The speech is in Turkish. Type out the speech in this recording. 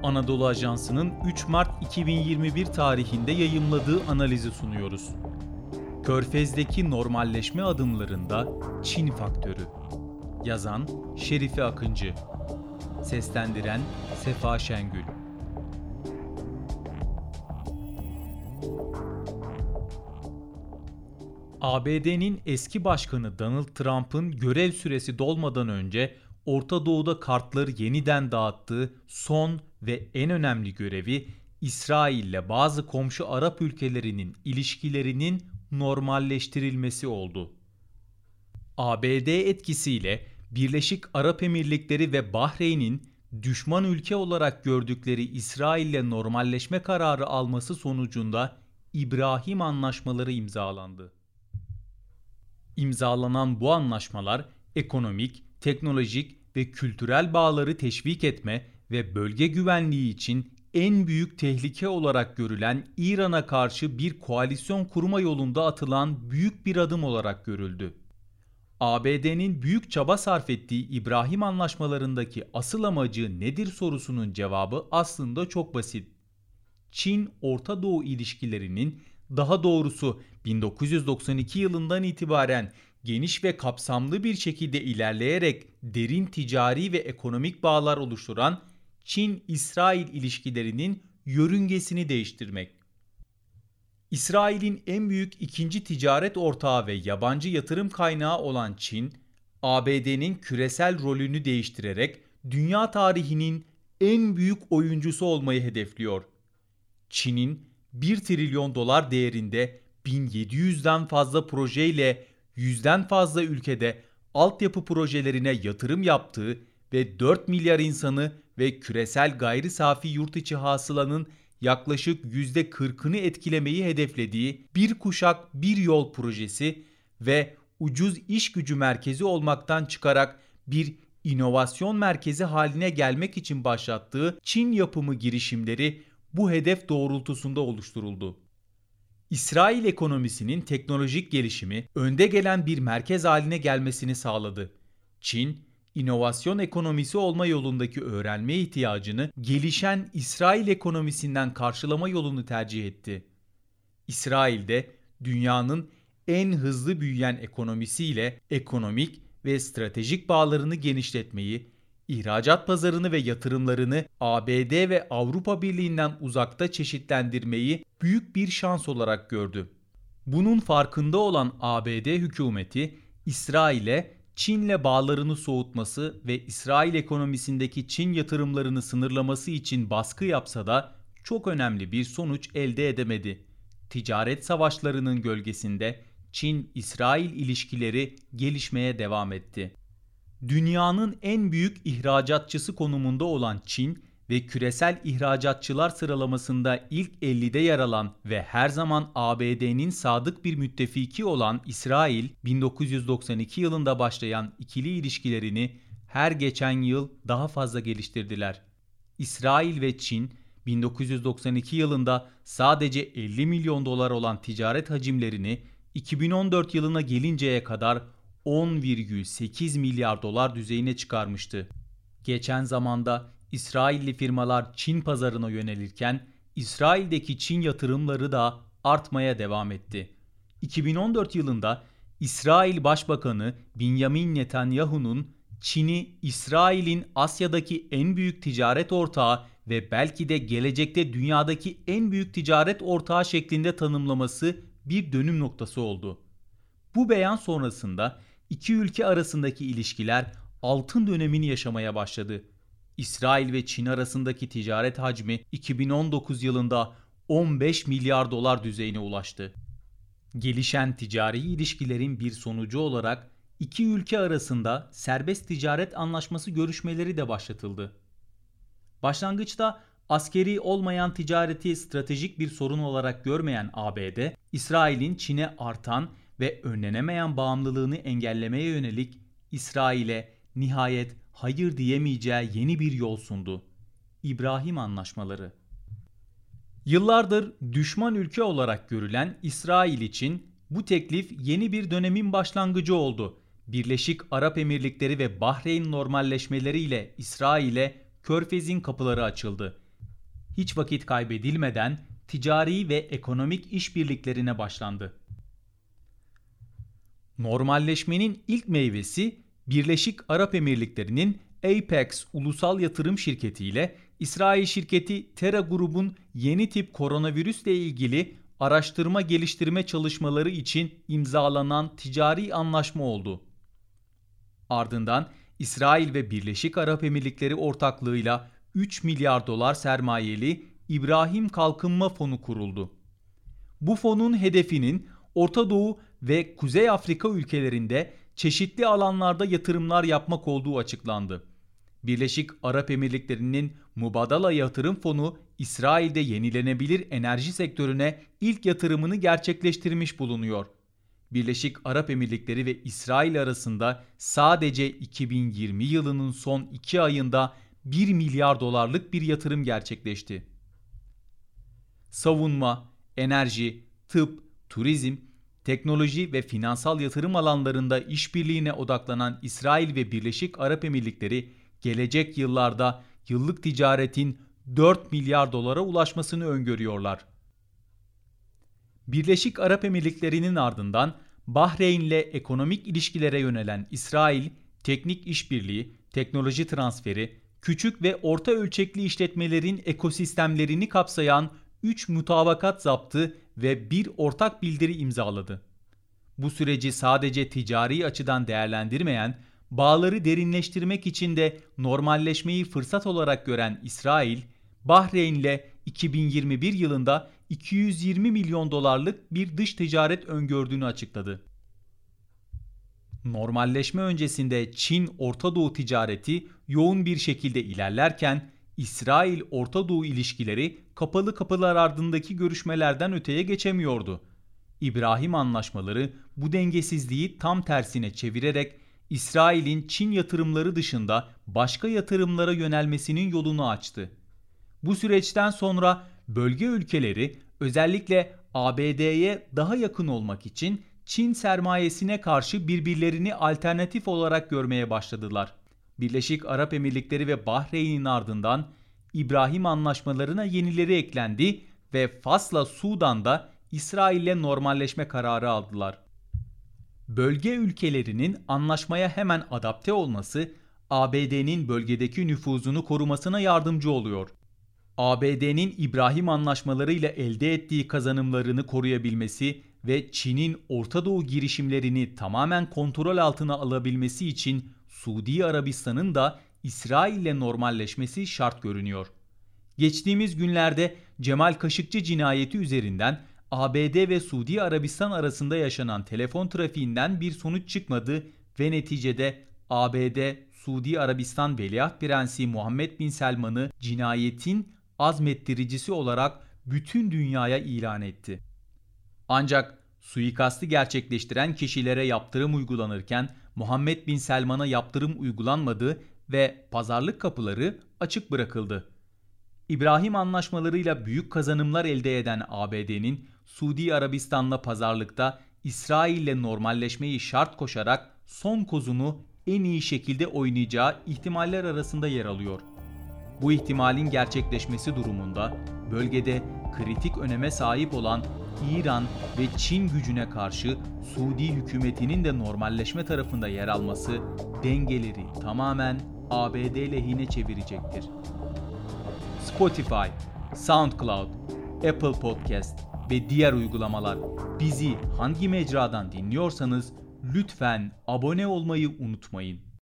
Anadolu Ajansı'nın 3 Mart 2021 tarihinde yayımladığı analizi sunuyoruz. Körfez'deki normalleşme adımlarında Çin faktörü. Yazan Şerife Akıncı. Seslendiren Sefa Şengül. ABD'nin eski başkanı Donald Trump'ın görev süresi dolmadan önce Orta Doğu'da kartları yeniden dağıttığı son ve en önemli görevi İsrail'le bazı komşu Arap ülkelerinin ilişkilerinin normalleştirilmesi oldu. ABD etkisiyle Birleşik Arap Emirlikleri ve Bahreyn'in düşman ülke olarak gördükleri İsrail'le normalleşme kararı alması sonucunda İbrahim Anlaşmaları imzalandı. İmzalanan bu anlaşmalar ekonomik, teknolojik ve kültürel bağları teşvik etme ve bölge güvenliği için en büyük tehlike olarak görülen İran'a karşı bir koalisyon kurma yolunda atılan büyük bir adım olarak görüldü. ABD'nin büyük çaba sarf ettiği İbrahim Anlaşmalarındaki asıl amacı nedir sorusunun cevabı aslında çok basit. Çin-Orta Doğu ilişkilerinin, daha doğrusu 1992 yılından itibaren geniş ve kapsamlı bir şekilde ilerleyerek derin ticari ve ekonomik bağlar oluşturan Çin-İsrail ilişkilerinin yörüngesini değiştirmek. İsrail'in en büyük ikinci ticaret ortağı ve yabancı yatırım kaynağı olan Çin, ABD'nin küresel rolünü değiştirerek dünya tarihinin en büyük oyuncusu olmayı hedefliyor. Çin'in 1 trilyon dolar değerinde 1700'den fazla projeyle 100'den fazla ülkede altyapı projelerine yatırım yaptığı ve 4 milyar insanı ve küresel gayri safi yurt içi hasılanın yaklaşık %40'ını etkilemeyi hedeflediği bir kuşak bir yol projesi ve ucuz iş gücü merkezi olmaktan çıkarak bir inovasyon merkezi haline gelmek için başlattığı Çin yapımı girişimleri bu hedef doğrultusunda oluşturuldu. İsrail ekonomisinin teknolojik gelişimi önde gelen bir merkez haline gelmesini sağladı. Çin, inovasyon ekonomisi olma yolundaki öğrenme ihtiyacını gelişen İsrail ekonomisinden karşılama yolunu tercih etti. İsrail'de dünyanın en hızlı büyüyen ekonomisiyle ekonomik ve stratejik bağlarını genişletmeyi, ihracat pazarını ve yatırımlarını ABD ve Avrupa Birliği'nden uzakta çeşitlendirmeyi büyük bir şans olarak gördü. Bunun farkında olan ABD hükümeti, İsrail'e Çin'le bağlarını soğutması ve İsrail ekonomisindeki Çin yatırımlarını sınırlaması için baskı yapsa da çok önemli bir sonuç elde edemedi. Ticaret savaşlarının gölgesinde Çin-İsrail ilişkileri gelişmeye devam etti. Dünyanın en büyük ihracatçısı konumunda olan Çin ve küresel ihracatçılar sıralamasında ilk 50'de yer alan ve her zaman ABD'nin sadık bir müttefiki olan İsrail, 1992 yılında başlayan ikili ilişkilerini her geçen yıl daha fazla geliştirdiler. İsrail ve Çin, 1992 yılında sadece 50 milyon dolar olan ticaret hacimlerini 2014 yılına gelinceye kadar 10,8 milyar dolar düzeyine çıkarmıştı. Geçen zamanda İsrailli firmalar Çin pazarına yönelirken İsrail'deki Çin yatırımları da artmaya devam etti. 2014 yılında İsrail Başbakanı Benjamin Netanyahu'nun Çin'i İsrail'in Asya'daki en büyük ticaret ortağı ve belki de gelecekte dünyadaki en büyük ticaret ortağı şeklinde tanımlaması bir dönüm noktası oldu. Bu beyan sonrasında iki ülke arasındaki ilişkiler altın dönemini yaşamaya başladı. İsrail ve Çin arasındaki ticaret hacmi 2019 yılında 15 milyar dolar düzeyine ulaştı. Gelişen ticari ilişkilerin bir sonucu olarak iki ülke arasında serbest ticaret anlaşması görüşmeleri de başlatıldı. Başlangıçta askeri olmayan ticareti stratejik bir sorun olarak görmeyen ABD, İsrail'in Çin'e artan ve önlenemeyen bağımlılığını engellemeye yönelik İsrail'e nihayet hayır diyemeyeceği yeni bir yol sundu. İbrahim Anlaşmaları. Yıllardır düşman ülke olarak görülen İsrail için bu teklif yeni bir dönemin başlangıcı oldu. Birleşik Arap Emirlikleri ve Bahreyn normalleşmeleriyle İsrail'e Körfez'in kapıları açıldı. Hiç vakit kaybedilmeden ticari ve ekonomik işbirliklerine başlandı. Normalleşmenin ilk meyvesi Birleşik Arap Emirlikleri'nin Apex Ulusal Yatırım Şirketi ile İsrail şirketi Terra Group'un yeni tip koronavirüsle ilgili araştırma geliştirme çalışmaları için imzalanan ticari anlaşma oldu. Ardından İsrail ve Birleşik Arap Emirlikleri ortaklığıyla 3 milyar dolar sermayeli İbrahim Kalkınma Fonu kuruldu. Bu fonun hedefinin Orta Doğu ve Kuzey Afrika ülkelerinde çeşitli alanlarda yatırımlar yapmak olduğu açıklandı. Birleşik Arap Emirlikleri'nin Mubadala Yatırım Fonu, İsrail'de yenilenebilir enerji sektörüne ilk yatırımını gerçekleştirmiş bulunuyor. Birleşik Arap Emirlikleri ve İsrail arasında sadece 2020 yılının son 2 ayında 1 milyar dolarlık bir yatırım gerçekleşti. Savunma, enerji, tıp, turizm, teknoloji ve finansal yatırım alanlarında işbirliğine odaklanan İsrail ve Birleşik Arap Emirlikleri gelecek yıllarda yıllık ticaretin 4 milyar dolara ulaşmasını öngörüyorlar. Birleşik Arap Emirlikleri'nin ardından Bahreyn'le ekonomik ilişkilere yönelen İsrail, teknik işbirliği, teknoloji transferi, küçük ve orta ölçekli işletmelerin ekosistemlerini kapsayan 3 mutabakat zaptı ve bir ortak bildiri imzaladı. Bu süreci sadece ticari açıdan değerlendirmeyen, bağları derinleştirmek için de normalleşmeyi fırsat olarak gören İsrail, Bahreyn'le 2021 yılında 220 milyon dolarlık bir dış ticaret öngördüğünü açıkladı. Normalleşme öncesinde Çin-Orta Doğu ticareti yoğun bir şekilde ilerlerken, İsrail-Orta Doğu ilişkileri kapalı kapılar ardındaki görüşmelerden öteye geçemiyordu. İbrahim anlaşmaları bu dengesizliği tam tersine çevirerek İsrail'in Çin yatırımları dışında başka yatırımlara yönelmesinin yolunu açtı. Bu süreçten sonra bölge ülkeleri özellikle ABD'ye daha yakın olmak için Çin sermayesine karşı birbirlerini alternatif olarak görmeye başladılar. Birleşik Arap Emirlikleri ve Bahreyn'in ardından İbrahim anlaşmalarına yenileri eklendi ve Fas'la Sudan'da İsrail'le normalleşme kararı aldılar. Bölge ülkelerinin anlaşmaya hemen adapte olması ABD'nin bölgedeki nüfuzunu korumasına yardımcı oluyor. ABD'nin İbrahim anlaşmalarıyla elde ettiği kazanımlarını koruyabilmesi ve Çin'in Orta Doğu girişimlerini tamamen kontrol altına alabilmesi için Suudi Arabistan'ın da İsrail'le normalleşmesi şart görünüyor. Geçtiğimiz günlerde Cemal Kaşıkçı cinayeti üzerinden ABD ve Suudi Arabistan arasında yaşanan telefon trafiğinden bir sonuç çıkmadı ve neticede ABD, Suudi Arabistan Veliaht Prensi Muhammed Bin Selman'ı cinayetin azmettiricisi olarak bütün dünyaya ilan etti. Ancak suikastı gerçekleştiren kişilere yaptırım uygulanırken Muhammed Bin Selman'a yaptırım uygulanmadı ve pazarlık kapıları açık bırakıldı. İbrahim anlaşmalarıyla büyük kazanımlar elde eden ABD'nin Suudi Arabistan'la pazarlıkta İsrail'le normalleşmeyi şart koşarak son kozunu en iyi şekilde oynayacağı ihtimaller arasında yer alıyor. Bu ihtimalin gerçekleşmesi durumunda bölgede kritik öneme sahip olan İran ve Çin gücüne karşı Suudi hükümetinin de normalleşme tarafında yer alması dengeleri tamamen ABD lehine çevirecektir. Spotify, SoundCloud, Apple Podcast ve diğer uygulamalar bizi hangi mecradan dinliyorsanız lütfen abone olmayı unutmayın.